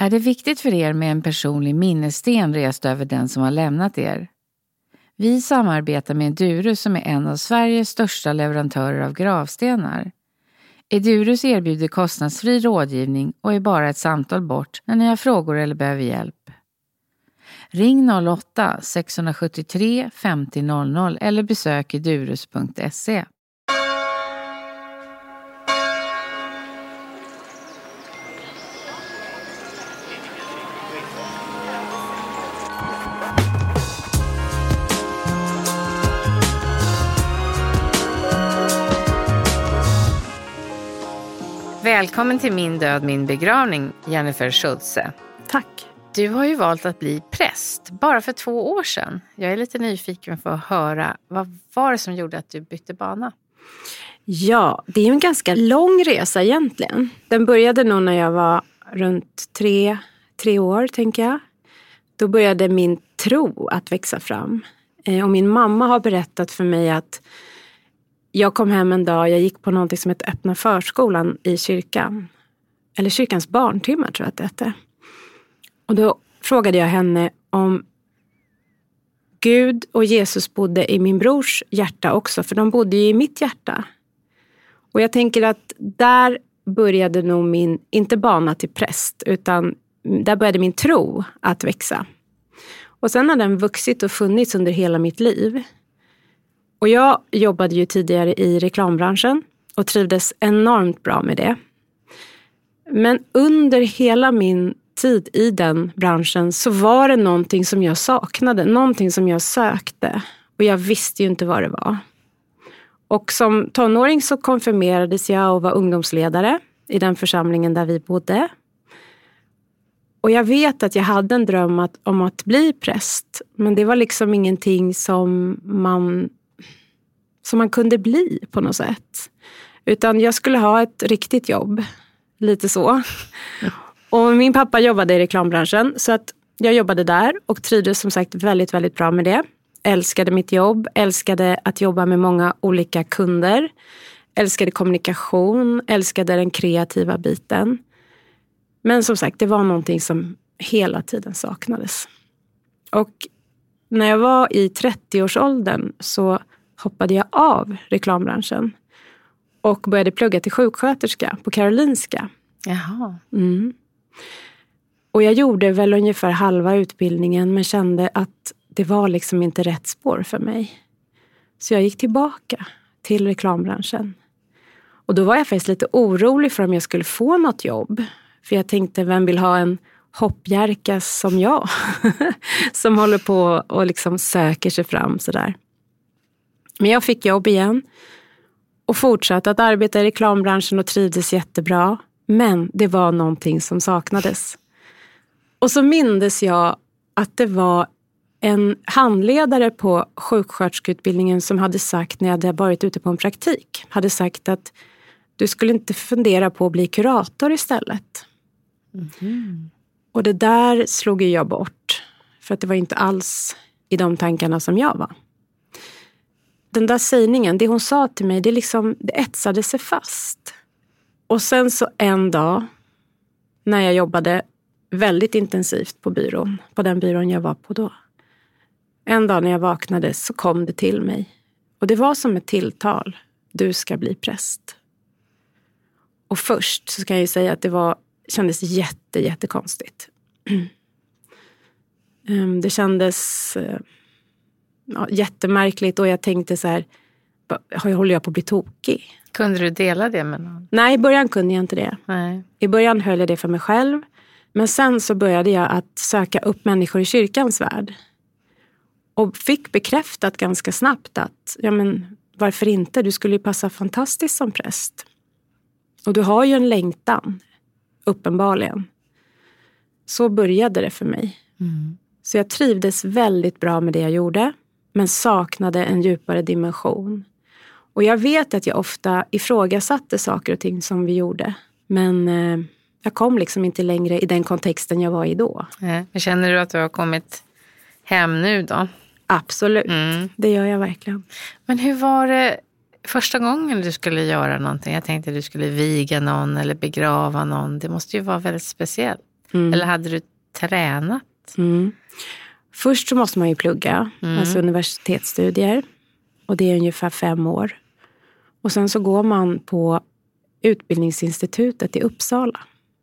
Är det viktigt för er med en personlig minnessten rest över den som har lämnat er? Vi samarbetar med Edurus som är en av Sveriges största leverantörer av gravstenar. Edurus erbjuder kostnadsfri rådgivning och är bara ett samtal bort när ni har frågor eller behöver hjälp. Ring 08-673 50 00 eller besök edurus.se. Välkommen till Min död, min begravning, Jennifer Schultze. Tack. Du har ju valt att bli präst bara för 2 år sedan. Jag är lite nyfiken för att höra, vad var det som gjorde att du bytte bana? Ja, det är ju en ganska lång resa egentligen. Den började nog när jag var runt 3 år, tänker jag. Då började min tro att växa fram. Och min mamma har berättat för mig att jag kom hem en dag, jag gick på någonting som heter öppna förskolan i kyrkan. Eller kyrkans barntimmar tror jag att det hette. Och då frågade jag henne om Gud och Jesus bodde i min brors hjärta också. För de bodde ju i mitt hjärta. Och jag tänker att där började nog min, inte bana till präst, utan där började min tro att växa. Och sen har den vuxit och funnits under hela mitt liv. Och jag jobbade ju tidigare i reklambranschen och trivdes enormt bra med det. Men under hela min tid i den branschen så var det någonting som jag saknade, någonting som jag sökte. Och jag visste ju inte vad det var. Och som tonåring så konfirmerades jag och var ungdomsledare i den församlingen där vi bodde. Och jag vet att jag hade en dröm om att bli präst. Men det var liksom ingenting som man kunde bli på något sätt. Utan jag skulle ha ett riktigt jobb. Lite så. Och min pappa jobbade i reklambranschen. Så att jag jobbade där och trivdes som sagt väldigt, väldigt bra med det. Älskade mitt jobb. Älskade att jobba med många olika kunder. Älskade kommunikation. Älskade den kreativa biten. Men som sagt, det var någonting som hela tiden saknades. Och när jag var i 30-årsåldern så hoppade jag av reklambranschen och började plugga till sjuksköterska på Karolinska. Jaha. Mm. Och jag gjorde väl ungefär halva utbildningen men kände att det var liksom inte rätt spår för mig. Så jag gick tillbaka till reklambranschen. Och då var jag faktiskt lite orolig för om jag skulle få något jobb. För jag tänkte, vem vill ha en hoppjerka som jag? Som håller på och liksom söker sig fram sådär. Men jag fick jobb igen och fortsatte att arbeta i reklambranschen och trivdes jättebra. Men det var någonting som saknades. Och så mindes jag att det var en handledare på sjuksköterskeutbildningen som hade sagt när jag hade varit ute på en praktik. Hade sagt att du skulle inte fundera på att bli kurator istället. Mm. Och det där slog jag bort. För att det var inte alls i de tankarna som jag var. Den där sägningen, det hon sa till mig, det etsade sig fast. Och sen så en dag när jag jobbade väldigt intensivt på byrån, på den byrån jag var på då. En dag när jag vaknade så kom det till mig. Och det var som ett tilltal. Du ska bli präst. Och först så kan jag ju säga att det kändes jättekonstigt. Det kändes jättemärkligt och jag tänkte så här, håller jag på att bli tokig? Kunde du dela det med någon? Nej, i början kunde jag inte det. Nej. I början höll jag det för mig själv. Men sen så började jag att söka upp människor i kyrkans värld. Och fick bekräftat ganska snabbt att, ja men varför inte? Du skulle ju passa fantastiskt som präst. Och du har ju en längtan, uppenbarligen. Så började det för mig. Mm. Så jag trivdes väldigt bra med det jag gjorde. Men saknade en djupare dimension. Och jag vet att jag ofta ifrågasatte saker och ting som vi gjorde. Men jag kom liksom inte längre i den kontexten jag var i då. Men känner du att du har kommit hem nu då? Absolut, det gör jag verkligen. Men hur var det första gången du skulle göra någonting? Jag tänkte att du skulle viga någon eller begrava någon. Det måste ju vara väldigt speciellt. Eller hade du tränat? Först så måste man ju plugga, alltså universitetsstudier. Och det är ungefär 5 år. Och sen så går man på utbildningsinstitutet i Uppsala.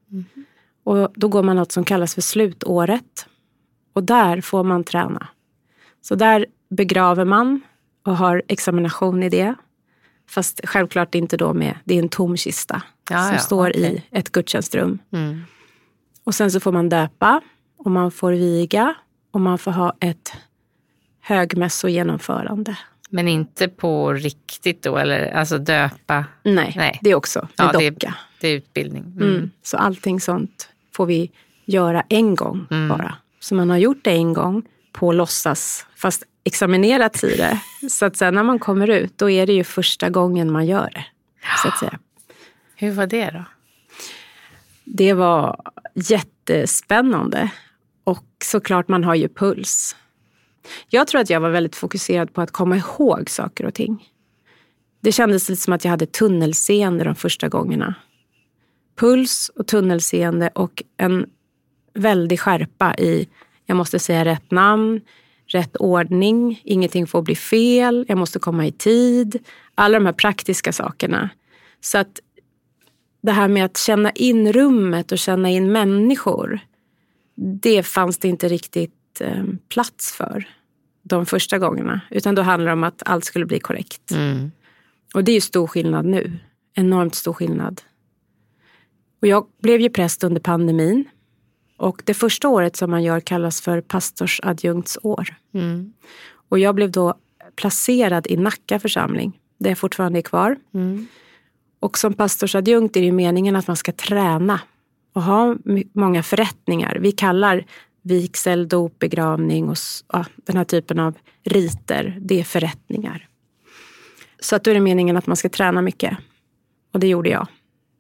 Och då går man något som kallas för slutåret. Och där får man träna. Så där begraver man och har examination i det. Fast självklart inte då med, det är en tom kista som står i ett gudstjänstrum. Och sen så får man döpa och man får viga och man får ha ett högmässogenomförande. Men inte på riktigt då, eller alltså döpa? Nej. Det är också med docka. Det är utbildning. Så allting sånt får vi göra en gång bara. Så man har gjort det en gång på låtsas, fast examinerat i det. Så att sen när man kommer ut, då är det ju första gången man gör det. Så att säga. Hur var det då? Det var jättespännande. Och såklart man har ju puls. Jag tror att jag var väldigt fokuserad på att komma ihåg saker och ting. Det kändes lite som att jag hade tunnelseende de första gångerna. Puls och tunnelseende och en väldig skärpa i, jag måste säga rätt namn, rätt ordning, ingenting får bli fel, jag måste komma i tid. Alla de här praktiska sakerna. Så att det här med att känna in rummet och känna in människor, det fanns det inte riktigt plats för de första gångerna. Utan då handlar det om att allt skulle bli korrekt. Och det är ju stor skillnad nu. Enormt stor skillnad. Och jag blev ju präst under pandemin. Och det första året som man gör kallas för pastorsadjunktsår. Och jag blev då placerad i Nacka församling. Det är fortfarande kvar. Och som pastorsadjunkt är det ju meningen att man ska träna. Och ha många förrättningar. Vi kallar vigsel, dop, begravning och den här typen av riter. Det är förrättningar. Så att då är det meningen att man ska träna mycket. Och det gjorde jag.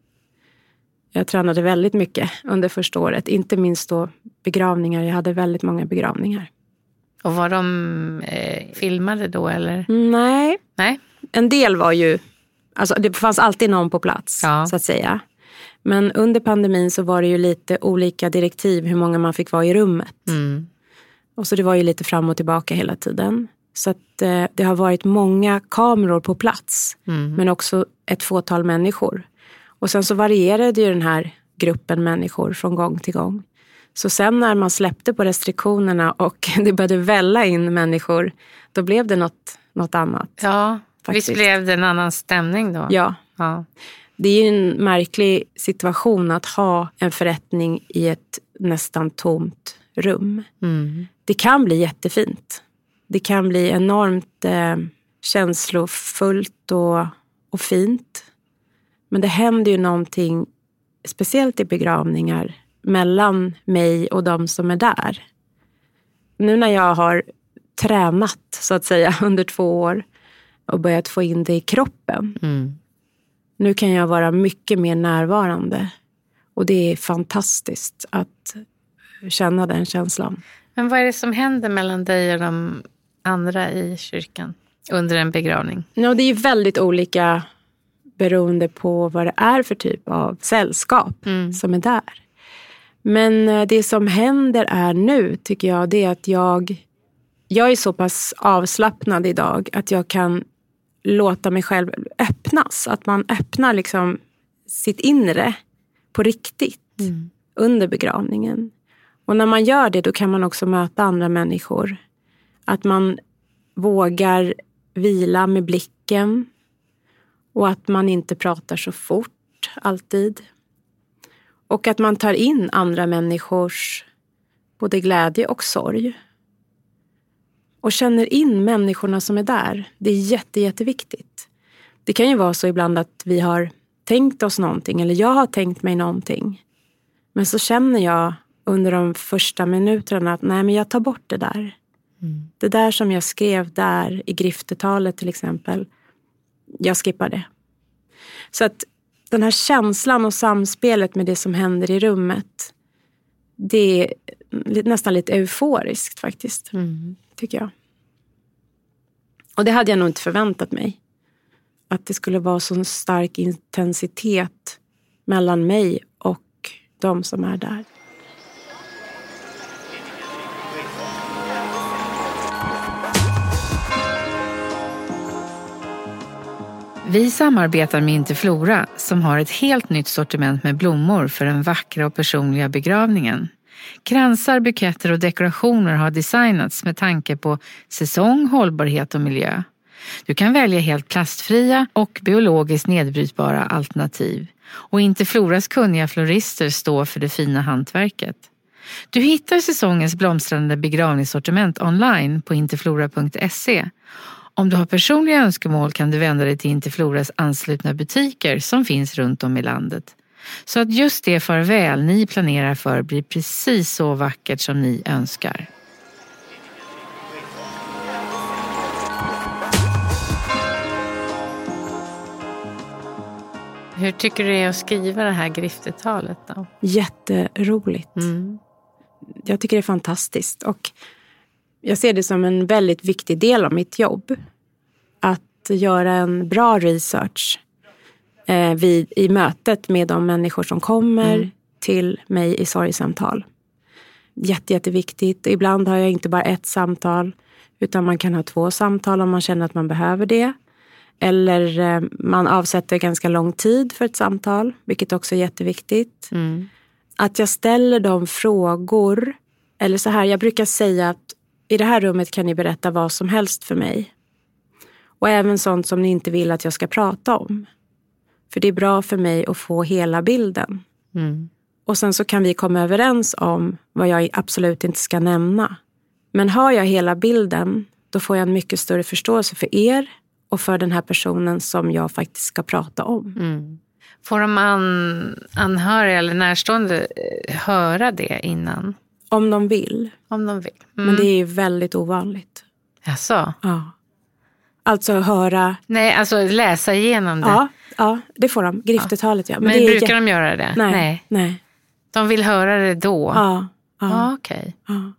Jag tränade väldigt mycket under första året. Inte minst då begravningar. Jag hade väldigt många begravningar. Och var de filmade då eller? Nej. En del var ju, alltså det fanns alltid någon på plats så att säga. Men under pandemin så var det ju lite olika direktiv hur många man fick vara i rummet. Och så det var ju lite fram och tillbaka hela tiden. Så att det har varit många kameror på plats. Men också ett fåtal människor. Och sen så varierade ju den här gruppen människor från gång till gång. Så sen när man släppte på restriktionerna och det började välla in människor, då blev det något annat. Ja, visst blev det en annan stämning då? Ja. Det är ju en märklig situation att ha en förrättning i ett nästan tomt rum. Det kan bli jättefint. Det kan bli enormt känslofullt och fint. Men det händer ju någonting speciellt i begravningar mellan mig och de som är där. Nu när jag har tränat så att säga under 2 år och börjat få in det i kroppen. Nu kan jag vara mycket mer närvarande. Och det är fantastiskt att känna den känslan. Men vad är det som händer mellan dig och de andra i kyrkan under en begravning? Ja, det är väldigt olika beroende på vad det är för typ av sällskap som är där. Men det som händer är nu tycker jag, det är att jag är så pass avslappnad idag att jag kan låta mig själv öppnas. Att man öppnar liksom sitt inre på riktigt under begravningen. Och när man gör det, då kan man också möta andra människor. Att man vågar vila med blicken. Och att man inte pratar så fort alltid. Och att man tar in andra människors både glädje och sorg. Och känner in människorna som är där. Det är jätteviktigt. Det kan ju vara så ibland att vi har tänkt oss någonting. Eller jag har tänkt mig någonting. Men så känner jag under de första minuterna att nej, men jag tar bort det där. Det där som jag skrev där i griftetalet till exempel. Jag skippar det. Så att den här känslan och samspelet med det som händer i rummet. Det är nästan lite euforiskt faktiskt. Tycker jag. Och det hade jag nog inte förväntat mig. Att det skulle vara så stark intensitet mellan mig och de som är där. Vi samarbetar med Interflora som har ett helt nytt sortiment med blommor för den vackra och personliga begravningen. Kransar, buketter och dekorationer har designats med tanke på säsong, hållbarhet och miljö. Du kan välja helt plastfria och biologiskt nedbrytbara alternativ. Och Interfloras kunniga florister står för det fina hantverket. Du hittar säsongens blomstrande begravningssortiment online på interflora.se. Om du har personliga önskemål kan du vända dig till Interfloras anslutna butiker som finns runt om i landet. Så att just det farväl ni planerar för blir precis så vackert som ni önskar. Hur tycker du det är att skriva det här griftetalet då? Jätteroligt. Jag tycker det är fantastiskt och jag ser det som en väldigt viktig del av mitt jobb. Att göra en bra research i mötet med de människor som kommer till mig i sorgsamtal. Jätteviktigt. Ibland har jag inte bara ett samtal utan man kan ha 2 samtal om man känner att man behöver det. Eller man avsätter ganska lång tid för ett samtal, vilket också är jätteviktigt. Att jag ställer de frågor, eller så här, jag brukar säga att i det här rummet kan ni berätta vad som helst för mig. Och även sånt som ni inte vill att jag ska prata om. För det är bra för mig att få hela bilden. Och sen så kan vi komma överens om vad jag absolut inte ska nämna. Men har jag hela bilden, då får jag en mycket större förståelse för er och för den här personen som jag faktiskt ska prata om. Får de anhöriga eller närstående höra det innan? Om de vill. Om de vill. Men det är ju väldigt ovanligt. Jaså? Ja. Alltså höra... Nej, alltså läsa igenom det. Ja, det får de. Griftetalet, ja. Men det brukar de göra det? Nej. De vill höra det då? Ja. Okej. Ja.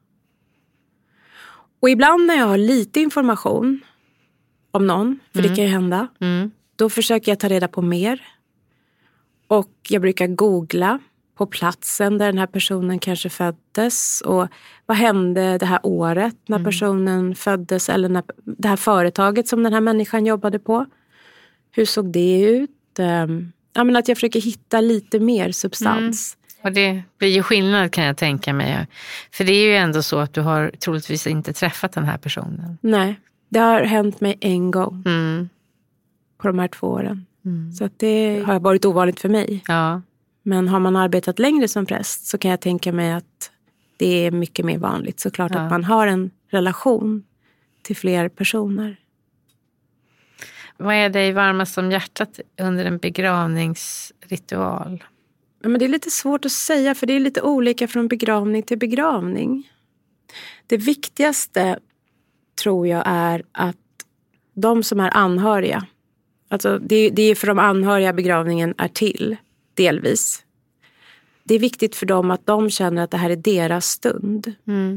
Och ibland när jag har lite information om någon, för det kan ju hända, då försöker jag ta reda på mer. Och jag brukar googla på platsen där den här personen kanske föddes. Och vad hände det här året när personen föddes, eller när det här företaget som den här människan jobbade på. Hur såg det ut? Men att jag försöker hitta lite mer substans. Och det blir ju skillnad, kan jag tänka mig. För det är ju ändå så att du har troligtvis inte träffat den här personen. Nej, det har hänt mig en gång på de här 2 åren. Så att det har varit ovanligt för mig. Ja. Men har man arbetat längre som präst så kan jag tänka mig att det är mycket mer vanligt. Såklart att man har en relation till fler personer. Vad är dig varmast om hjärtat under en begravningsritual? Men det är lite svårt att säga, för det är lite olika från begravning till begravning. Det viktigaste tror jag är att de som är anhöriga, alltså det är för de anhöriga begravningen är till, delvis. Det är viktigt för dem att de känner att det här är deras stund.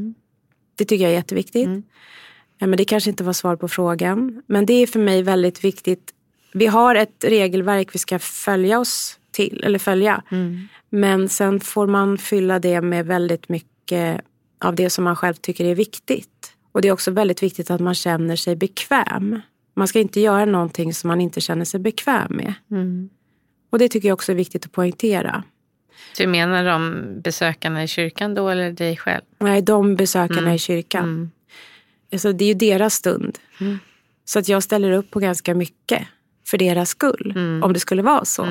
Det tycker jag är jätteviktigt. Men det kanske inte var svar på frågan. Men det är för mig väldigt viktigt. Vi har ett regelverk vi ska följa oss till, eller följa. Men sen får man fylla det med väldigt mycket av det som man själv tycker är viktigt. Och det är också väldigt viktigt att man känner sig bekväm. Man ska inte göra någonting som man inte känner sig bekväm med. Och det tycker jag också är viktigt att poängtera. Du menar de besökarna i kyrkan då, eller dig själv? Nej, de besökarna i kyrkan. Alltså, det är ju deras stund. Så att jag ställer upp på ganska mycket för deras skull. Om det skulle vara så.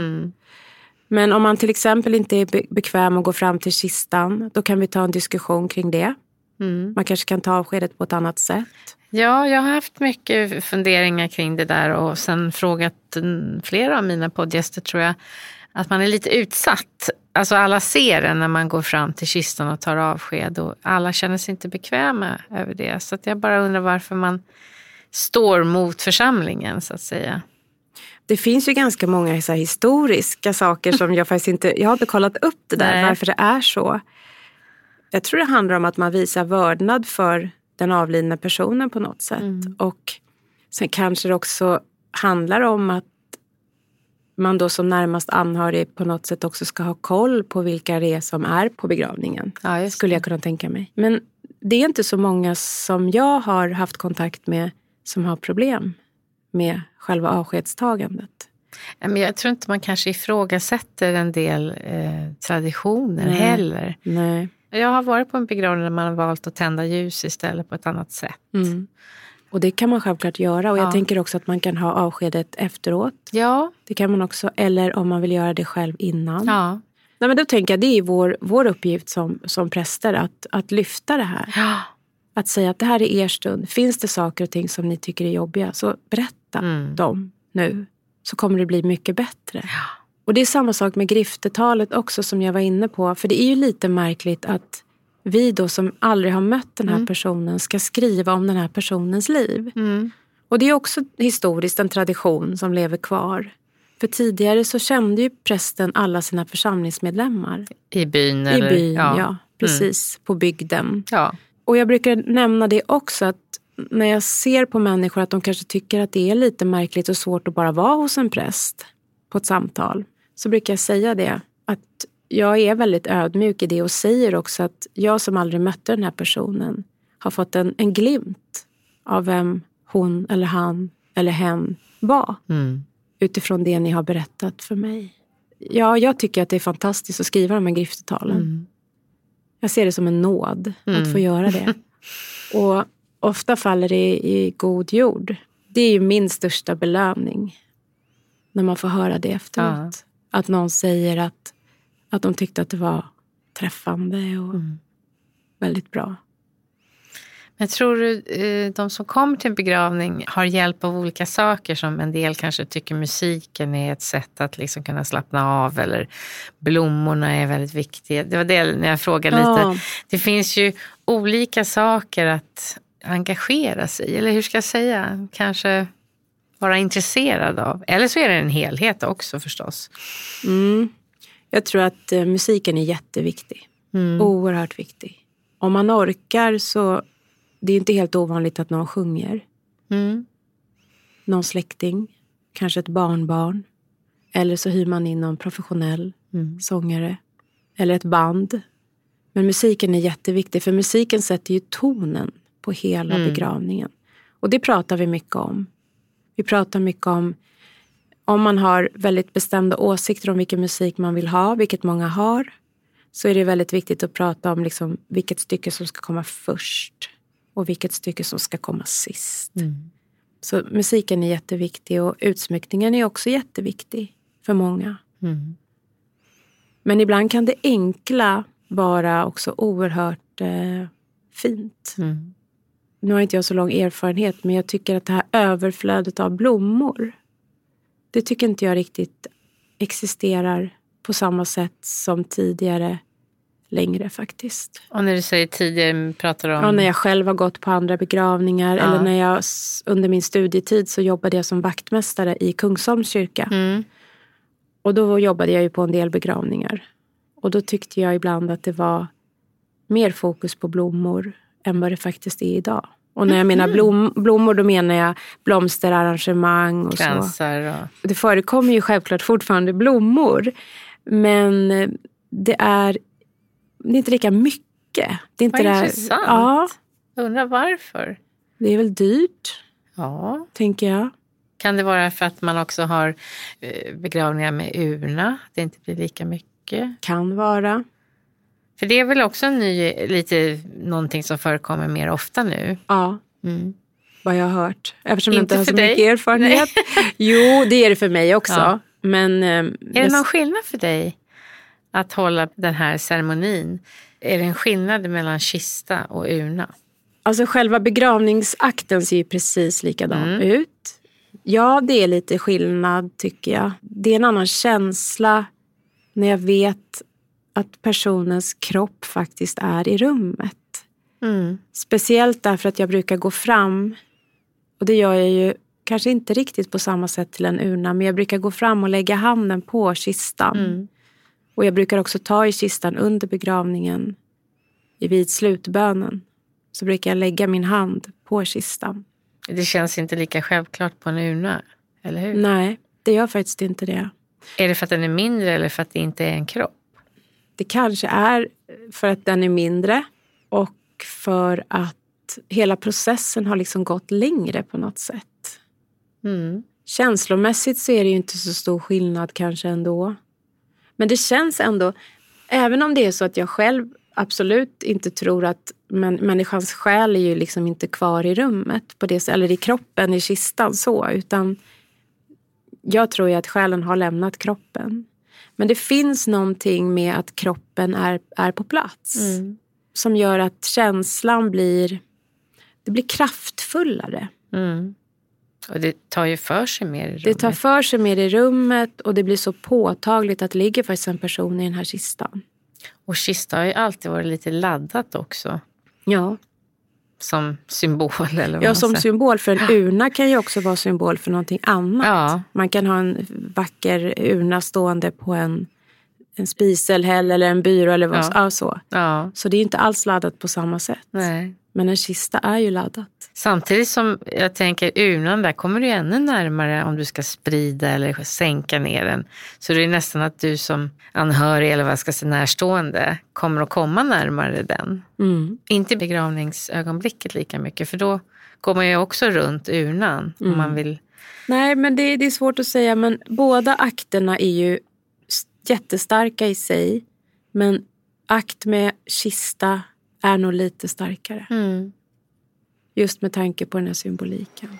Men om man till exempel inte är bekväm att gå fram till kistan, då kan vi ta en diskussion kring det. Man kanske kan ta avskedet på ett annat sätt. Ja, jag har haft mycket funderingar kring det där och sen frågat flera av mina poddgäster, tror jag, att man är lite utsatt. Alltså alla ser det när man går fram till kistan och tar avsked och alla känner sig inte bekväma över det. Så att jag bara undrar varför man står mot församlingen, så att säga. Det finns ju ganska många så här historiska saker som jag faktiskt inte... Jag har inte kollat upp det där, varför det är så. Jag tror det handlar om att man visar vördnad för den avlidna personen på något sätt. Och sen kanske det också handlar om att man då som närmast anhörig på något sätt också ska ha koll på vilka det är som är på begravningen. Ja, skulle jag kunna tänka mig. Men det är inte så många som jag har haft kontakt med som har problem med själva avskedstagandet. Men jag tror inte man kanske ifrågasätter en del traditioner heller. Nej. Jag har varit på en begravning där man har valt att tända ljus istället på ett annat sätt. Mm. Och det kan man självklart göra. Och jag tänker också att man kan ha avskedet efteråt. Ja. Det kan man också. Eller om man vill göra det själv innan. Ja. Nej, men då tänker jag det är vår uppgift som präster att lyfta det här. Ja. Att säga att det här är er stund. Finns det saker och ting som ni tycker är jobbiga, så berätta dem nu. Så kommer det bli mycket bättre. Ja. Och det är samma sak med griftetalet också som jag var inne på. För det är ju lite märkligt att vi då som aldrig har mött den här personen ska skriva om den här personens liv. Mm. Och det är också historiskt en tradition som lever kvar. För tidigare så kände ju prästen alla sina församlingsmedlemmar. I byn? I byn, ja. Precis. På bygden. Ja. Och jag brukar nämna det också att när jag ser på människor att de kanske tycker att det är lite märkligt och svårt att bara vara hos en präst på ett samtal. Så brukar jag säga det. Att jag är väldigt ödmjuk i det och säger också att jag som aldrig mötte den här personen har fått en glimt av vem hon eller han eller hen var. Mm. Utifrån det ni har berättat för mig. Ja, jag tycker att det är fantastiskt att skriva de här griftetalen. Mm. Jag ser det som en nåd att få göra det. Och ofta faller det i god jord. Det är ju min största belöning. När man får höra det efteråt. Ja. Att någon säger att de tyckte att det var träffande och väldigt bra. Men tror du de som kommer till en begravning har hjälp av olika saker, som en del kanske tycker musiken är ett sätt att liksom kunna slappna av, eller blommorna är väldigt viktiga. Det var det när jag frågade lite. Det finns ju olika saker att engagera sig i, eller hur ska jag säga? Kanske vara intresserad av. Eller så är det en helhet också förstås. Mm. Jag tror att musiken är jätteviktig. Oerhört viktig. Om man orkar så det är inte helt ovanligt att någon sjunger. Någon släkting. Kanske ett barnbarn. Eller så hyr man in någon professionell sångare. Eller ett band. Men musiken är jätteviktig. För musiken sätter ju tonen på hela begravningen. Och det pratar vi mycket om. Vi pratar mycket om man har väldigt bestämda åsikter om vilken musik man vill ha. Vilket många har. Så är det väldigt viktigt att prata om liksom vilket stycke som ska komma först. Och vilket stycke som ska komma sist. Så musiken är jätteviktig. Och utsmyckningen är också jätteviktig för många. Men ibland kan det enkla vara också oerhört fint. Nu har inte jag så lång erfarenhet. Men jag tycker att det här överflödet av blommor. Det tycker inte jag riktigt existerar på samma sätt som tidigare. Längre faktiskt. Och när du säger tidigare pratar du om... Ja, när jag själv har gått på andra begravningar. Ja. Eller när jag under min studietid så jobbade jag som vaktmästare i Kungsholms kyrka. Och då jobbade jag ju på en del begravningar. Och då tyckte jag ibland att det var mer fokus på blommor än vad det faktiskt är idag. Och när jag menar blommor, då menar jag blomsterarrangemang och kransar och... Det förekommer ju självklart fortfarande blommor. Men det är inte lika mycket. Det är inte vad intressant. Ja. Jag undrar varför. Det är väl dyrt. Ja. Tänker jag. Kan det vara för att man också har begravningar med urna? Det inte blir lika mycket? Kan vara. För det är väl också lite någonting som förekommer mer ofta nu? Ja. Vad jag har hört. Eftersom jag inte har så mycket erfarenhet. Jo, det är det för mig också. Ja. Men, är det någon skillnad för dig att hålla den här ceremonin? Är det en skillnad mellan kista och urna? Alltså själva begravningsakten ser ju precis likadan ut. Ja, det är lite skillnad tycker jag. Det är en annan känsla när jag vet att personens kropp faktiskt är i rummet. Speciellt därför att jag brukar gå fram. Och det gör jag ju kanske inte riktigt på samma sätt till en urna. Men jag brukar gå fram och lägga handen på kistan. Och jag brukar också ta i kistan under begravningen. Vid slutbönen. Så brukar jag lägga min hand på kistan. Det känns inte lika självklart på en urna, eller hur? Nej, det gör faktiskt inte det. Är det för att den är mindre eller för att det inte är en kropp? Det kanske är för att den är mindre. Och för att hela processen har liksom gått längre på något sätt. Känslomässigt så är det ju inte så stor skillnad kanske ändå. Men det känns ändå, även om det är så att jag själv absolut inte tror att människans själ är ju liksom inte kvar i rummet på det, eller i kroppen, i kistan så, utan jag tror ju att själen har lämnat kroppen. Men det finns någonting med att kroppen är på plats som gör att känslan blir kraftfullare. Och det tar ju för sig mer i rummet. Det tar för sig mer i rummet och det blir så påtagligt att det ligger faktiskt en person i den här kistan. Och kista har ju alltid varit lite laddat också. Ja. Som symbol eller vad Ja, man som säger. symbol. För en urna kan ju också vara symbol för någonting annat. Ja. Man kan ha en vacker urna stående på en spiselhäll eller en byrå eller vad så. Ja. Så det är inte alls laddat på samma sätt. Nej. Men en kista är ju laddat. Samtidigt som jag tänker urnan där kommer du ännu närmare om du ska sprida eller sänka ner den. Så det är nästan att du som anhörig eller vad ska säga närstående kommer att komma närmare den. Inte i begravningsögonblicket lika mycket, för då går man ju också runt urnan om man vill. Nej, men det är svårt att säga, men båda akterna är ju jättestarka i sig. Men akt med kista är nog lite starkare. Just med tanke på den här symboliken.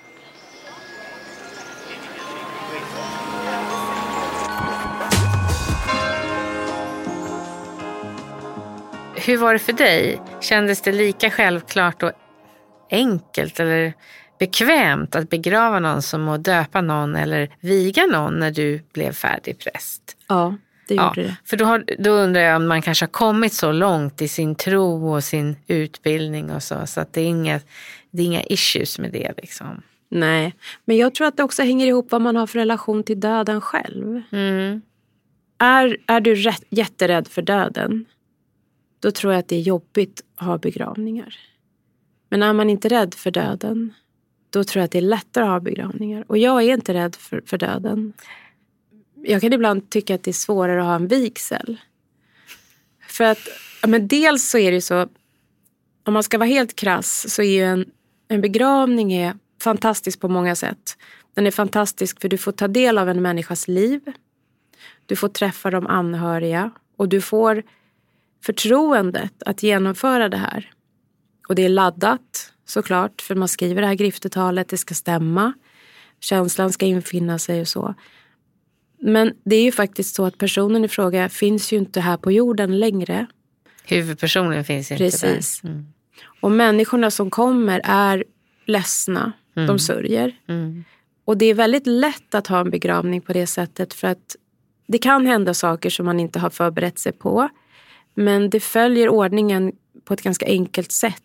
Hur var det för dig? Kändes det lika självklart och enkelt eller bekvämt att begrava någon som att döpa någon eller viga någon när du blev färdig präst? Ja, det gjorde det. För då undrar jag om man kanske har kommit så långt i sin tro och sin utbildning och så att det är inga issues med det liksom. Nej, men jag tror att det också hänger ihop vad man har för relation till döden själv. Är du jätterädd för döden, då tror jag att det är jobbigt att ha begravningar. Men är man inte rädd för döden, då tror jag att det är lättare att ha begravningar. Och jag är inte rädd för döden. Jag kan ibland tycka att det är svårare att ha en vigsel. För att, men dels så är det ju så, om man ska vara helt krass, så är ju en begravning är fantastisk på många sätt. Den är fantastisk för du får ta del av en människas liv. Du får träffa de anhöriga och du får förtroendet att genomföra det här. Och det är laddat såklart, för man skriver det här griftetalet, det ska stämma. Känslan ska infinna sig och så. Men det är ju faktiskt så att personen i fråga finns ju inte här på jorden längre. Huvudpersonen finns inte Precis. där. Och människorna som kommer är ledsna. De sörjer. Och det är väldigt lätt att ha en begravning på det sättet, för att det kan hända saker som man inte har förberett sig på. Men det följer ordningen på ett ganska enkelt sätt.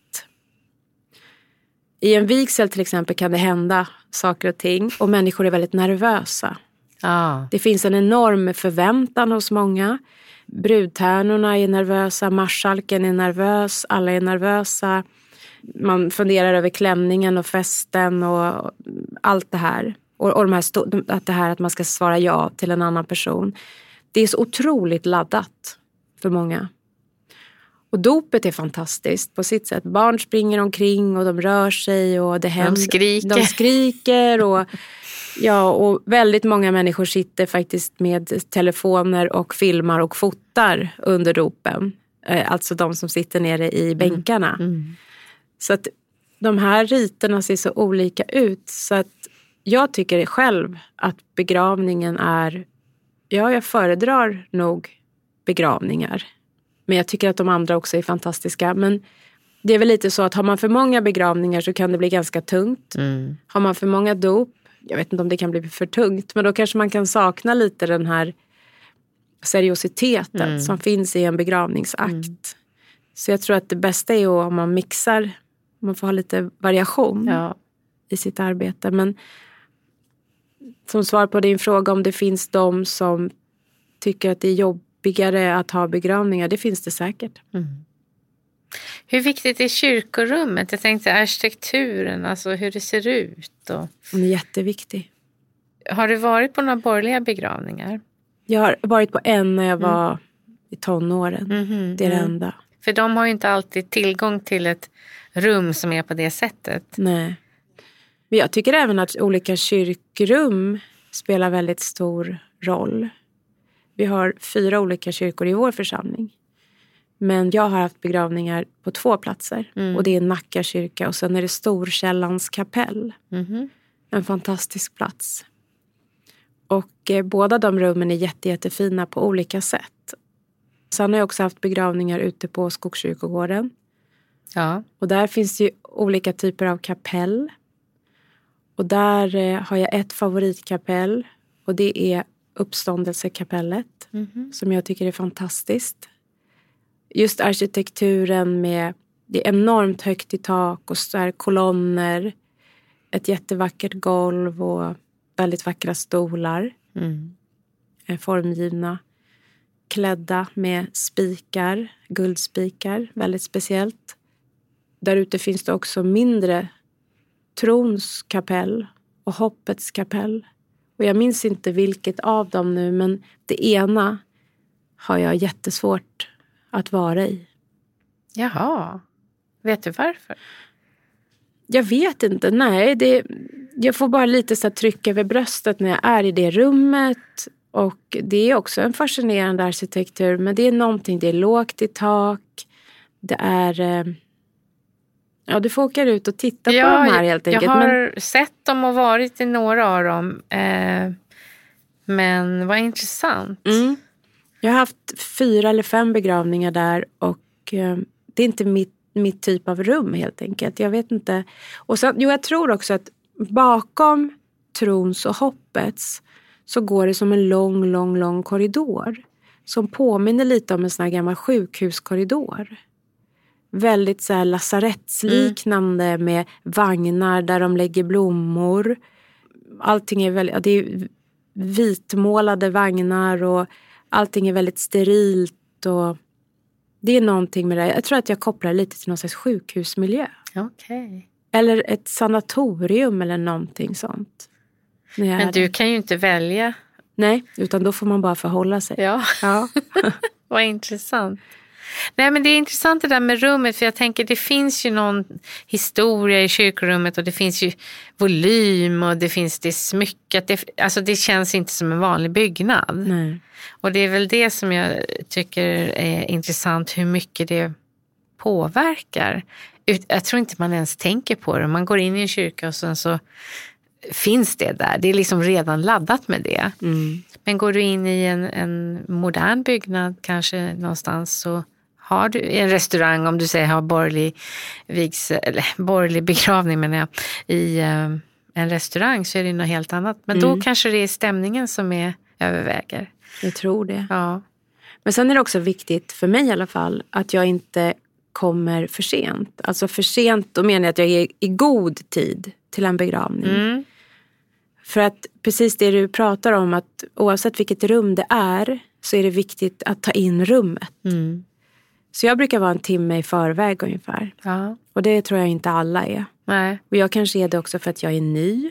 I en vigsel till exempel kan det hända saker och ting. Och människor är väldigt nervösa. Det finns en enorm förväntan hos många. Brudtärnorna är nervösa, marskalken är nervös, alla är nervösa. Man funderar över klänningen och festen och allt det här. Och det här att man ska svara ja till en annan person. Det är så otroligt laddat för många. Och dopet är fantastiskt på sitt sätt. Barn springer omkring och de rör sig och det händer. De skriker och väldigt många människor sitter faktiskt med telefoner och filmar och fotar under dopen. Alltså de som sitter nere i bänkarna. Så att de här riterna ser så olika ut. Så att jag tycker själv att begravningen är... Ja, jag föredrar nog begravningar. Men jag tycker att de andra också är fantastiska. Men det är väl lite så att har man för många begravningar så kan det bli ganska tungt. Har man för många dop, jag vet inte om det kan bli för tungt. Men då kanske man kan sakna lite den här seriositeten som finns i en begravningsakt. Så jag tror att det bästa är om man mixar, man får ha lite variation i sitt arbete. Men som svar på din fråga om det finns de som tycker att det är jobbigare att ha begravningar, det finns det säkert. Hur viktigt är kyrkorummet? Jag tänkte arkitekturen, alltså hur det ser ut. Den är jätteviktig. Har du varit på några borgerliga begravningar? Jag har varit på en när jag var i tonåren. Det är det enda. För de har ju inte alltid tillgång till ett rum som är på det sättet. Nej. Men jag tycker även att olika kyrkrum spelar väldigt stor roll. Vi har 4 olika kyrkor i vår församling. Men jag har haft begravningar på 2 platser. Och det är Nacka kyrka och sen är det Storkällans kapell. En fantastisk plats. Och båda de rummen är jättefina på olika sätt. Sen har jag också haft begravningar ute på Skogskyrkogården. Ja. Och där finns ju olika typer av kapell. Och där har jag ett favoritkapell. Och det är Uppståndelsekapellet. Som jag tycker är fantastiskt. Just arkitekturen med det är enormt högt i tak och så här kolonner. Ett jättevackert golv och väldigt vackra stolar. Formgivna. Klädda med spikar, guldspikar. Väldigt speciellt. Där ute finns det också mindre trons kapell och hoppets kapell. Och jag minns inte vilket av dem nu, men det ena har jag jättesvårt att vara i. Jaha. Vet du varför? Jag vet inte, nej. Jag får bara lite så tryck över bröstet när jag är i det rummet. Och det är också en fascinerande arkitektur, men det är någonting, det är lågt i tak. Det är... Ja, du får åka ut och titta på de här helt enkelt. Jag har sett dem och varit i några av dem. Men vad intressant. Jag har haft 4 eller 5 begravningar där och det är inte mitt typ av rum helt enkelt. Jag vet inte. Och sen, jag tror också att bakom trons och hoppets så går det som en lång korridor. Som påminner lite om en sån här gammal sjukhuskorridor. Väldigt så här lasarettsliknande med vagnar där de lägger blommor. Allting är väldigt, det är vitmålade vagnar och allting är väldigt sterilt och det är någonting med det. Jag tror att jag kopplar lite till någon slags sjukhusmiljö. Okej. Eller ett sanatorium eller någonting sånt. Men du kan ju inte välja. Nej, utan då får man bara förhålla sig. Ja. Vad intressant. Nej, men det är intressant det där med rummet, för jag tänker det finns ju någon historia i kyrkorummet och det finns ju volym och det finns det smyckat. Alltså det känns inte som en vanlig byggnad. Nej. Och det är väl det som jag tycker är intressant, hur mycket det påverkar. Jag tror inte man ens tänker på det. Man går in i en kyrka och sen så finns det där. Det är liksom redan laddat med det. Men går du in i en modern byggnad kanske någonstans, så har du en restaurang, om du säger har borgerlig begravning menar jag, i en restaurang, så är det något helt annat. Men då kanske det är stämningen som överväger. Jag tror det. Ja. Men sen är det också viktigt, för mig i alla fall, att jag inte kommer för sent. Alltså för sent, då menar jag att jag är i god tid till en begravning. För att precis det du pratar om, att oavsett vilket rum det är så är det viktigt att ta in rummet. Så jag brukar vara 1 timme i förväg ungefär. Ja. Och det tror jag inte alla är. Nej. Och jag kanske är det också för att jag är ny.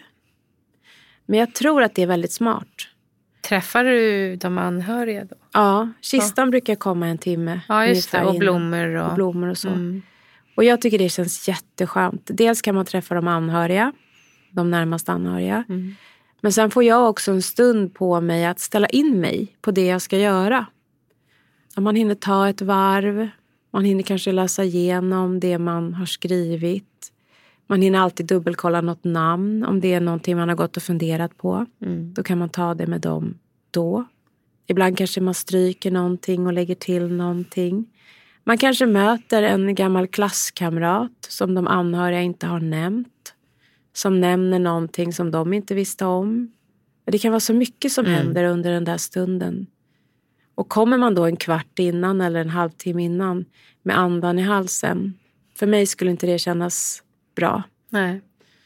Men jag tror att det är väldigt smart. Träffar du de anhöriga då? Ja, kistan brukar komma 1 timme. Ja, just det. Och blommor. Och blommor och så. Och jag tycker det känns jätteskönt. Dels kan man träffa de anhöriga. De närmaste anhöriga. Men sen får jag också en stund på mig att ställa in mig på det jag ska göra. Om man hinner ta ett varv. Man hinner kanske läsa igenom det man har skrivit. Man hinner alltid dubbelkolla något namn. Om det är någonting man har gått och funderat på. Då kan man ta det med dem då. Ibland kanske man stryker någonting och lägger till någonting. Man kanske möter en gammal klasskamrat som de anhöriga inte har nämnt. Som nämner någonting som de inte visste om. Det kan vara så mycket som händer under den där stunden. Och kommer man då en kvart innan eller en halvtimme innan med andan i halsen. För mig skulle inte det kännas bra. Nej.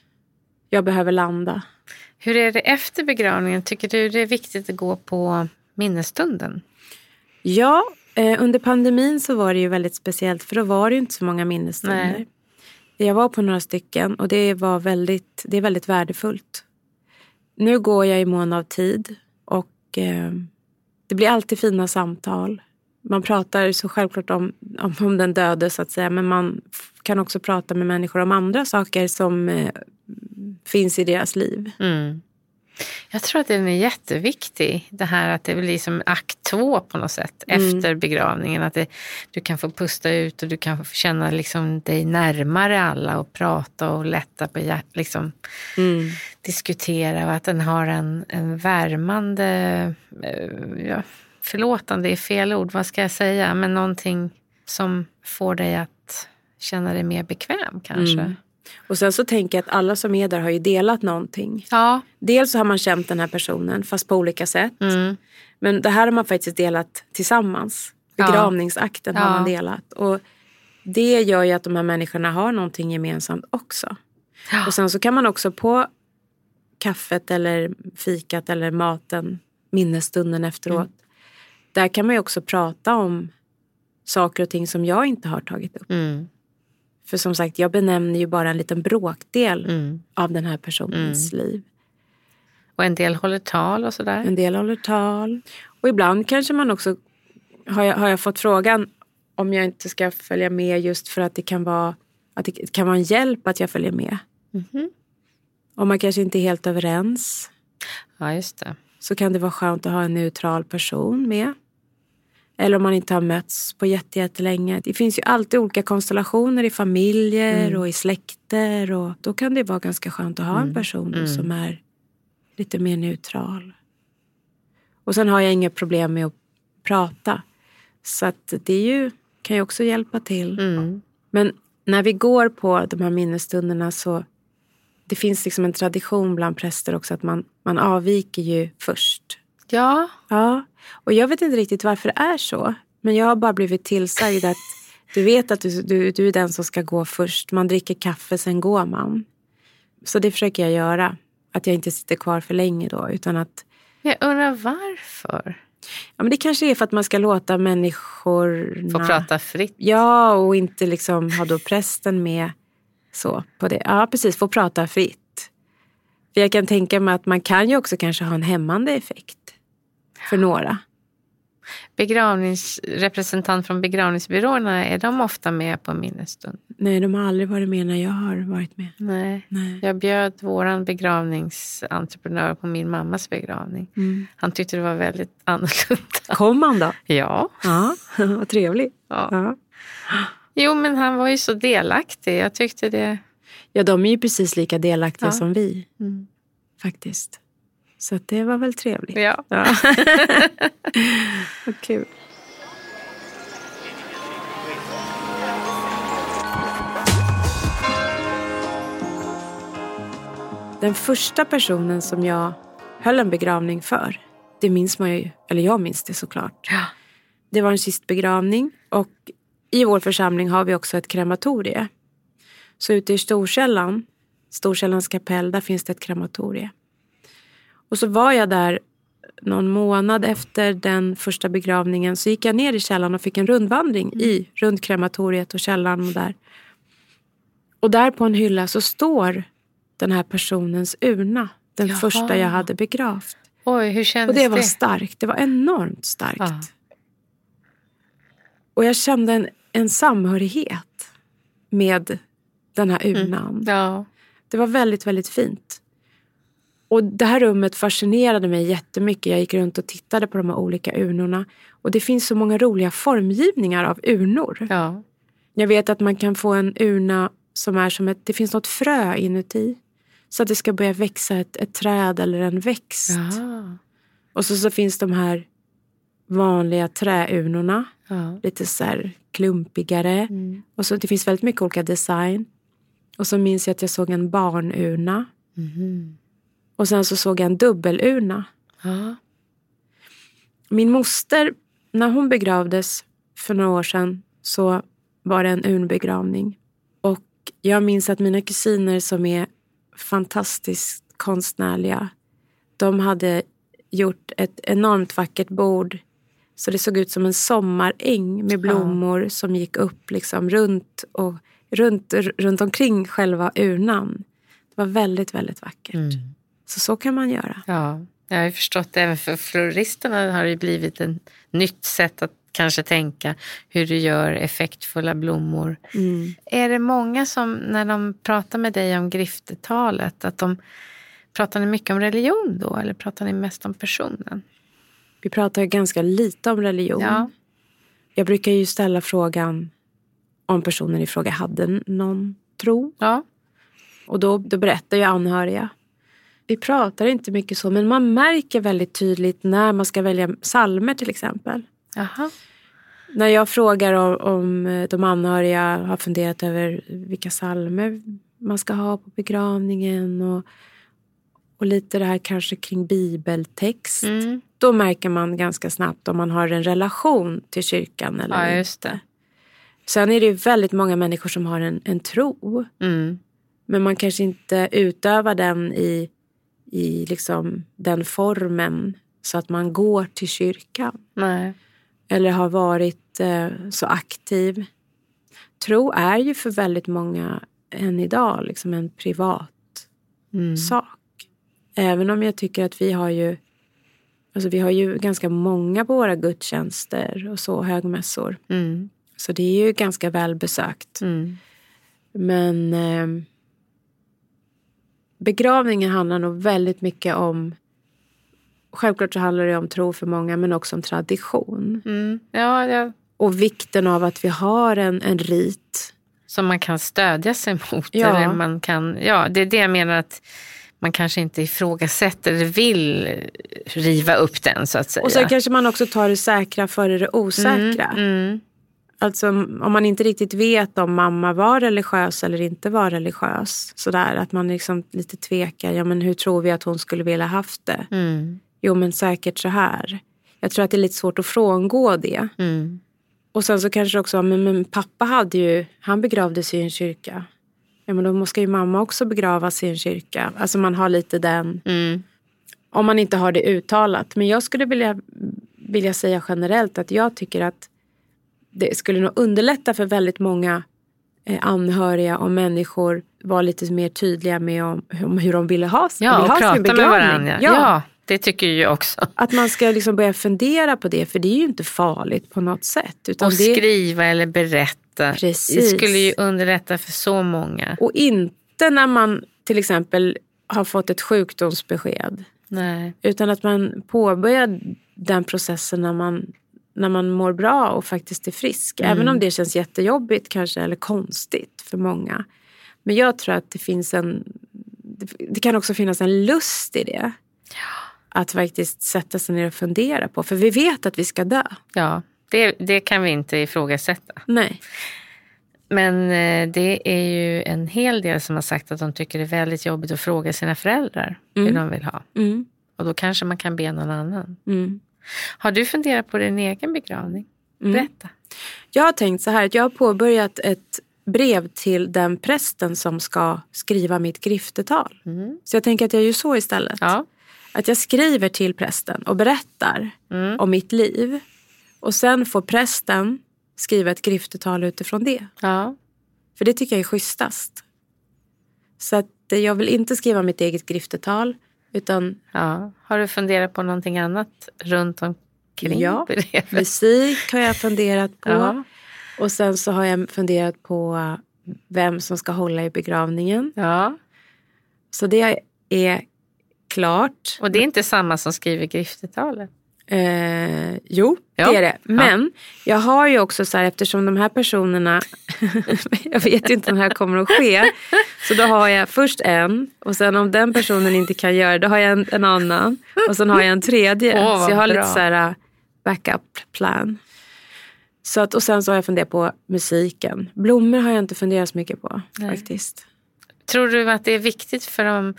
Jag behöver landa. Hur är det efter begravningen? Tycker du det är viktigt att gå på minnesstunden? Ja, under pandemin så var det ju väldigt speciellt. För då var det ju inte så många minnesstunder. Nej. Jag var på några stycken och det är väldigt värdefullt. Nu går jag i mån av tid och det blir alltid fina samtal. Man pratar så självklart om den döde så att säga, men man kan också prata med människor om andra saker som finns i deras liv. Mm. Jag tror att den är jätteviktig. Det här att det blir som akt 2 på något sätt. Efter begravningen. Att du kan få pusta ut och du kan få känna liksom dig närmare alla. Och prata och lätta på hjärtat. Liksom diskutera. Och att den har en värmande... förlåtande är fel ord. Vad ska jag säga? Men någonting som får dig att känna dig mer bekväm kanske. Och sen så tänker jag att alla som är där har ju delat någonting. Ja. Dels så har man känt den här personen fast på olika sätt. Men det här har man faktiskt delat tillsammans. Begravningsakten har man delat. Och det gör ju att de här människorna har någonting gemensamt också. Ja. Och sen så kan man också på kaffet eller fikat eller maten, minnesstunden efteråt. Där kan man ju också prata om saker och ting som jag inte har tagit upp. För som sagt, jag benämner ju bara en liten bråkdel av den här personens liv. Och en del håller tal och sådär. En del håller tal. Och ibland kanske man också, har jag fått frågan om jag inte ska följa med just för att det kan vara en hjälp att jag följer med. Om man kanske inte är helt överens. Ja, just det. Så kan det vara skönt att ha en neutral person med. Eller om man inte har mötts på jättelänge. Det finns ju alltid olika konstellationer i familjer och i släkter. Och då kan det vara ganska skönt att ha en person som är lite mer neutral. Och sen har jag inga problem med att prata. Så att det kan ju också hjälpa till. Men när vi går på de här minnesstunderna så... Det finns liksom en tradition bland präster också att man avviker ju först. Ja. Ja. Och jag vet inte riktigt varför det är så. Men jag har bara blivit tillsagd att du vet att du är den som ska gå först. Man dricker kaffe, sen går man. Så det försöker jag göra. Att jag inte sitter kvar för länge då. Utan att... Jag undrar varför. Ja, men det kanske är för att man ska låta människorna... Få prata fritt. Ja, och inte liksom ha då prästen med så på det. Ja, precis. Få prata fritt. För jag kan tänka mig att man kan ju också kanske ha en hämmande effekt. För några. Representant från begravningsbyråerna, är de ofta med på minnesstund? Nej, de har aldrig varit med när jag har varit med. Nej. Jag bjöd våran begravningsentreprenör på min mammas begravning. Han tyckte det var väldigt annorlunda. Kom han då? Ja. Ja, vad trevligt. Ja. Jo, men han var ju så delaktig. Jag tyckte det... Ja, de är ju precis lika delaktiga som vi. Faktiskt. Så att det var väl trevligt. Ja. Vad kul. Den första personen som jag höll en begravning för, det minns man ju, eller jag minns det såklart. Ja. Det var en kistbegravning och i vår församling har vi också ett krematorie. Så ute i Storkällans kapell, där finns det ett krematorie. Och så var jag där någon månad efter den första begravningen. Så gick jag ner i källaren och fick en rundvandring runt krematoriet och källaren och där. Och där på en hylla så står den här personens urna. Den första jag hade begravt. Oj, hur kändes det? Och det var starkt. Det var enormt starkt. Ja. Och jag kände en samhörighet med den här urnan. Ja. Det var väldigt, väldigt fint. Och det här rummet fascinerade mig jättemycket. Jag gick runt och tittade på de här olika urnorna. Och det finns så många roliga formgivningar av urnor. Ja. Jag vet att man kan få en urna som är som det finns något frö inuti. Så att det ska börja växa ett träd eller en växt. Ja. Och så finns de här vanliga träurnorna. Ja. Lite så här klumpigare. Och så det finns väldigt mycket olika design. Och så minns jag att jag såg en barnurna. Och sen så såg jag en dubbelurna. Ja. Min moster, när hon begravdes för några år sedan, så var det en urnbegravning. Och jag minns att mina kusiner som är fantastiskt konstnärliga, de hade gjort ett enormt vackert bord. Så det såg ut som en sommaräng med blommor som gick upp liksom runt omkring själva urnan. Det var väldigt, väldigt vackert. Så kan man göra. Ja, jag har ju förstått att även för floristerna har det blivit ett nytt sätt att kanske tänka hur du gör effektfulla blommor. Är det många som när de pratar med dig om griftetalet, att pratar ni mycket om religion då eller pratar ni mest om personen? Vi pratar ganska lite om religion. Ja. Jag brukar ju ställa frågan om personen i fråga hade någon tro. Ja. Och då berättar ju anhöriga. Vi pratar inte mycket så, men man märker väldigt tydligt när man ska välja psalmer till exempel. Aha. När jag frågar om de anhöriga har funderat över vilka psalmer man ska ha på begravningen och lite det här kanske kring bibeltext. Då märker man ganska snabbt om man har en relation till kyrkan eller inte. Just det. Sen är det ju väldigt många människor som har en tro. Men man kanske inte utövar den i liksom den formen så att man går till kyrkan. Nej. Eller har varit så aktiv. Tro är ju för väldigt många än idag liksom en privat sak. Även om jag tycker att vi har ju ganska många på våra gudstjänster och så högmässor. Så det är ju ganska välbesökt. Men begravningen handlar nog väldigt mycket om, självklart så handlar det om tro för många men också om tradition. Ja. Och vikten av att vi har en rit. Som man kan stödja sig mot. Ja. Eller man kan, det är det jag menar att man kanske inte ifrågasätter eller vill riva upp den så att säga. Och så kanske man också tar det säkra före det osäkra. Alltså om man inte riktigt vet om mamma var religiös eller inte var religiös. Sådär att man liksom lite tvekar. Ja men hur tror vi att hon skulle vilja haft det? Jo men säkert så här. Jag tror att det är lite svårt att frångå det. Och sen så kanske också, men pappa han begravdes i en kyrka. Ja men då måste ju mamma också begravas i en kyrka. Alltså man har lite den. Om man inte har det uttalat. Men jag skulle vilja säga generellt att jag tycker att det skulle nog underlätta för väldigt många anhöriga och människor var lite mer tydliga med om hur de ville ha sin begravning. Ja, och prata med varandra. Ja, det tycker jag också. Att man ska liksom börja fundera på det, för det är ju inte farligt på något sätt. Utan och skriva eller berätta. Precis. Det skulle ju underlätta för så många. Och inte när man till exempel har fått ett sjukdomsbesked. Nej. Utan att man påbörjar den processen när man mår bra och faktiskt är frisk. Även om det känns jättejobbigt kanske eller konstigt för många. Men jag tror att det kan också finnas en lust i det. Ja. Att faktiskt sätta sig ner och fundera på. För vi vet att vi ska dö. Ja, det kan vi inte ifrågasätta. Nej. Men det är ju en hel del som har sagt att de tycker det är väldigt jobbigt att fråga sina föräldrar hur de vill ha. Och då kanske man kan be någon annan. Har du funderat på din egen begravning? Berätta. Jag har tänkt så här att jag har påbörjat ett brev till den prästen som ska skriva mitt griftetal. Så jag tänker att jag gör så istället. Ja. Att jag skriver till prästen och berättar om mitt liv. Och sen får prästen skriva ett griftetal utifrån det. Ja. För det tycker jag är schysstast. Så att jag vill inte skriva mitt eget griftetal. Utan, Har du funderat på någonting annat runt omkring? Ja, musik har jag funderat på. Ja. Och sen så har jag funderat på vem som ska hålla i begravningen. Ja. Så det är klart. Och det är inte samma som skriver griftetalet? Jo, det är det. Men jag har ju också så här, eftersom de här personerna, jag vet ju inte om det här kommer att ske. Så då har jag först en, och sen om den personen inte kan göra det, då har jag en annan. Och sen har jag en tredje. Så jag har lite så här backup plan. Så att, och sen så har jag funderat på musiken. Blommor har jag inte funderat så mycket på faktiskt. Tror du att det är viktigt för de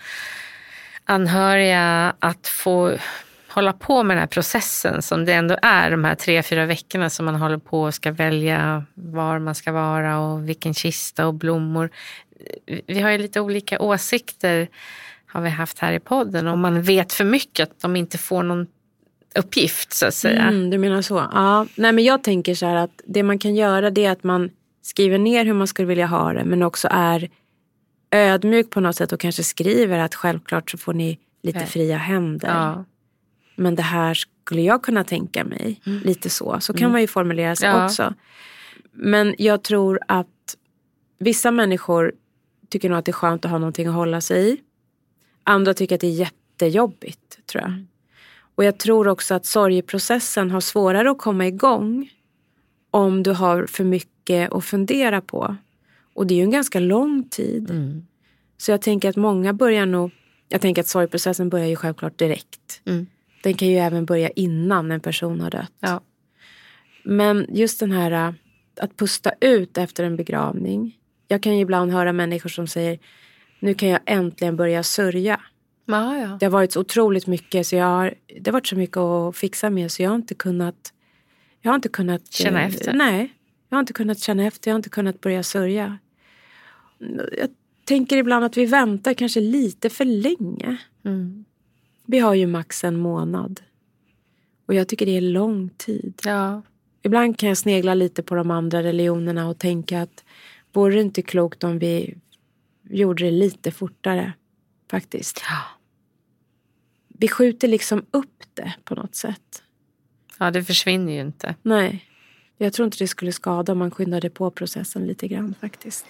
anhöriga att få hålla på med den här processen som det ändå är, de här 3-4 veckorna som man håller på och ska välja var man ska vara och vilken kista och blommor. Vi har ju lite olika åsikter, har vi haft här i podden, om man vet för mycket att de inte får någon uppgift så att säga. Du menar så? Ja. Nej, men jag tänker så här att det man kan göra, det är att man skriver ner hur man skulle vilja ha det, men också är ödmjuk på något sätt och kanske skriver att självklart så får ni lite fria händer. Ja. Men det här skulle jag kunna tänka mig. Lite så kan man ju formulera sig också. Men jag tror att vissa människor tycker nog att det är skönt att ha någonting att hålla sig i. Andra tycker att det är jättejobbigt, tror jag. Och jag tror också att sorgeprocessen har svårare att komma igång om du har för mycket att fundera på. Och det är ju en ganska lång tid. Så jag tänker att många börjar nog... Jag tänker att sorgeprocessen börjar ju självklart direkt. Den kan ju även börja innan en person har dött. Ja. Men just den här att pusta ut efter en begravning. Jag kan ju ibland höra människor som säger, nu kan jag äntligen börja sörja. Ja. Det har varit så otroligt mycket, så det har varit så mycket att fixa med, så jag har inte kunnat känna efter. Nej, jag har inte kunnat känna efter, jag har inte kunnat börja sörja. Jag tänker ibland att vi väntar kanske lite för länge. Vi har ju max en månad. Och jag tycker det är lång tid. Ja. Ibland kan jag snegla lite på de andra religionerna och tänka att vore det inte klokt om vi gjorde det lite fortare, faktiskt. Ja. Vi skjuter liksom upp det på något sätt. Ja, det försvinner ju inte. Nej, jag tror inte det skulle skada om man skyndade på processen lite grann faktiskt.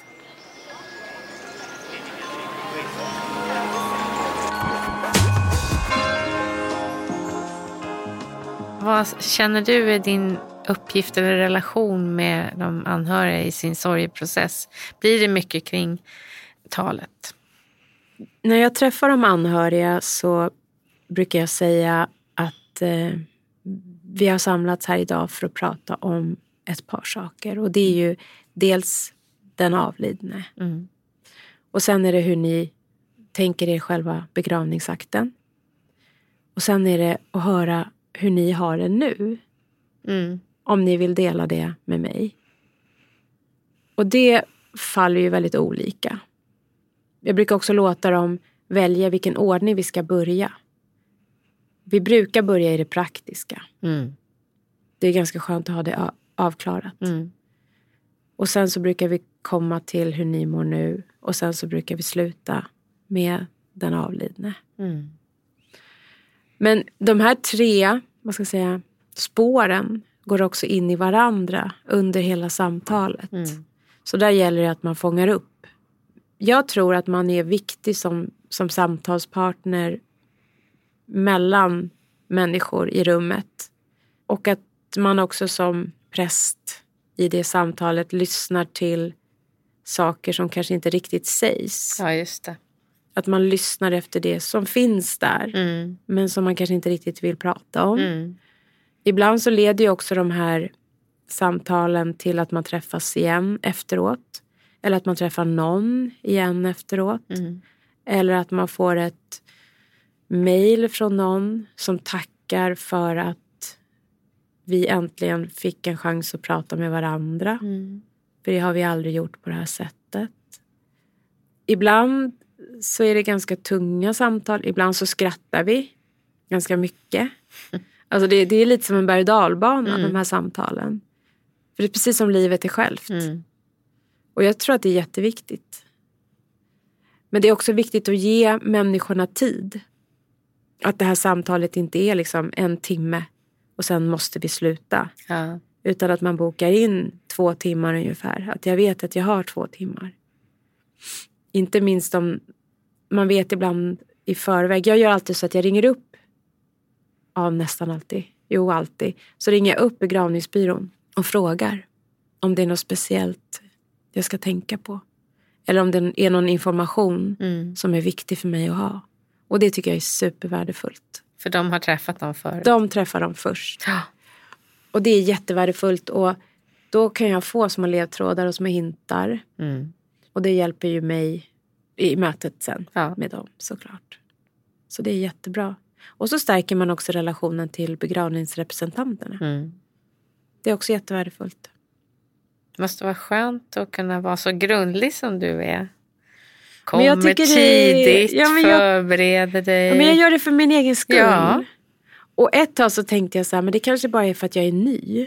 Vad känner du är din uppgift eller relation med de anhöriga i sin sorgeprocess? Blir det mycket kring talet? När jag träffar de anhöriga så brukar jag säga att vi har samlats här idag för att prata om ett par saker. Och det är ju dels den avlidne. Och sen är det hur ni tänker er själva begravningsakten. Och sen är det att höra hur ni har det nu. Om ni vill dela det med mig. Och det faller ju väldigt olika. Jag brukar också låta dem välja vilken ordning vi ska börja. Vi brukar börja i det praktiska. Det är ganska skönt att ha det avklarat. Och sen så brukar vi komma till hur ni mår nu. Och sen så brukar vi sluta med den avlidne. Men de här tre, vad ska jag säga, spåren går också in i varandra under hela samtalet. Så där gäller det att man fångar upp. Jag tror att man är viktig som samtalspartner mellan människor i rummet. Och att man också som präst i det samtalet lyssnar till saker som kanske inte riktigt sägs. Ja, just det. Att man lyssnar efter det som finns där. Men som man kanske inte riktigt vill prata om. Ibland så leder ju också de här samtalen till att man träffas igen efteråt. Eller att man träffar någon igen efteråt. Eller att man får ett mejl från någon som tackar för att vi äntligen fick en chans att prata med varandra. För det har vi aldrig gjort på det här sättet. Ibland så är det ganska tunga samtal. Ibland så skrattar vi ganska mycket. Alltså det är lite som en berg- och dalbana, de här samtalen. För det är precis som livet är självt. Och jag tror att det är jätteviktigt. Men det är också viktigt att ge människorna tid. Att det här samtalet inte är liksom 1 timme och sen måste vi sluta. Ja. Utan att man bokar in 2 timmar ungefär. Att jag vet att jag har 2 timmar. Inte minst om man vet ibland i förväg. Jag gör alltid så att jag ringer upp. Ja, nästan alltid. Jo, alltid. Så ringer jag upp begravningsbyrån och frågar om det är något speciellt jag ska tänka på. Eller om det är någon information som är viktig för mig att ha. Och det tycker jag är supervärdefullt. För de har träffat dem förut. De träffar dem först. Och det är jättevärdefullt. Och då kan jag få små ledtrådar och små hintar. Och det hjälper ju mig i mötet sen med dem, såklart. Så det är jättebra. Och så stärker man också relationen till begravningsrepresentanterna. Det är också jättevärdefullt. Det måste vara skönt att kunna vara så grundlig som du är. Men jag Kommer tidigt, förbereder dig. Ja, men jag gör det för min egen skull. Ja. Och ett tag så tänkte jag så här, men det kanske bara är för att jag är ny.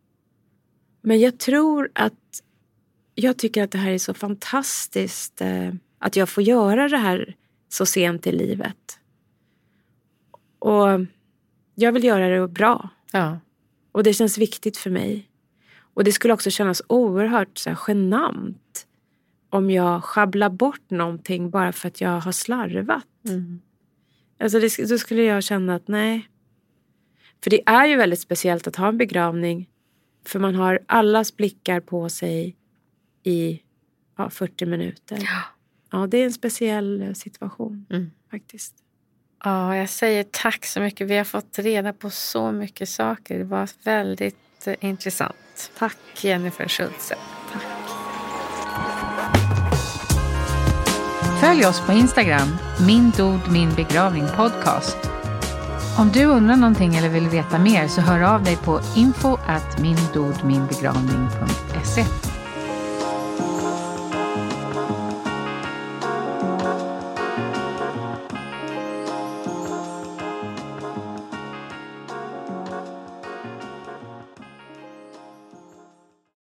Men jag tror att jag tycker att det här är så fantastiskt. Att jag får göra det här så sent i livet. Och jag vill göra det bra. Ja. Och det känns viktigt för mig. Och det skulle också kännas oerhört så här, genant om jag sjabblar bort någonting bara för att jag har slarvat. Alltså då skulle jag känna att nej. För det är ju väldigt speciellt att ha en begravning. För man har allas blickar på sig i 40 minuter. Ja, det är en speciell situation faktiskt. Ja, jag säger tack så mycket. Vi har fått reda på så mycket saker. Det var väldigt intressant. Tack Jennifer Schultze. Tack. Följ oss på Instagram, Min dod, min begravning podcast. Om du undrar någonting eller vill veta mer så hör av dig på info@mindodminbegravning.se.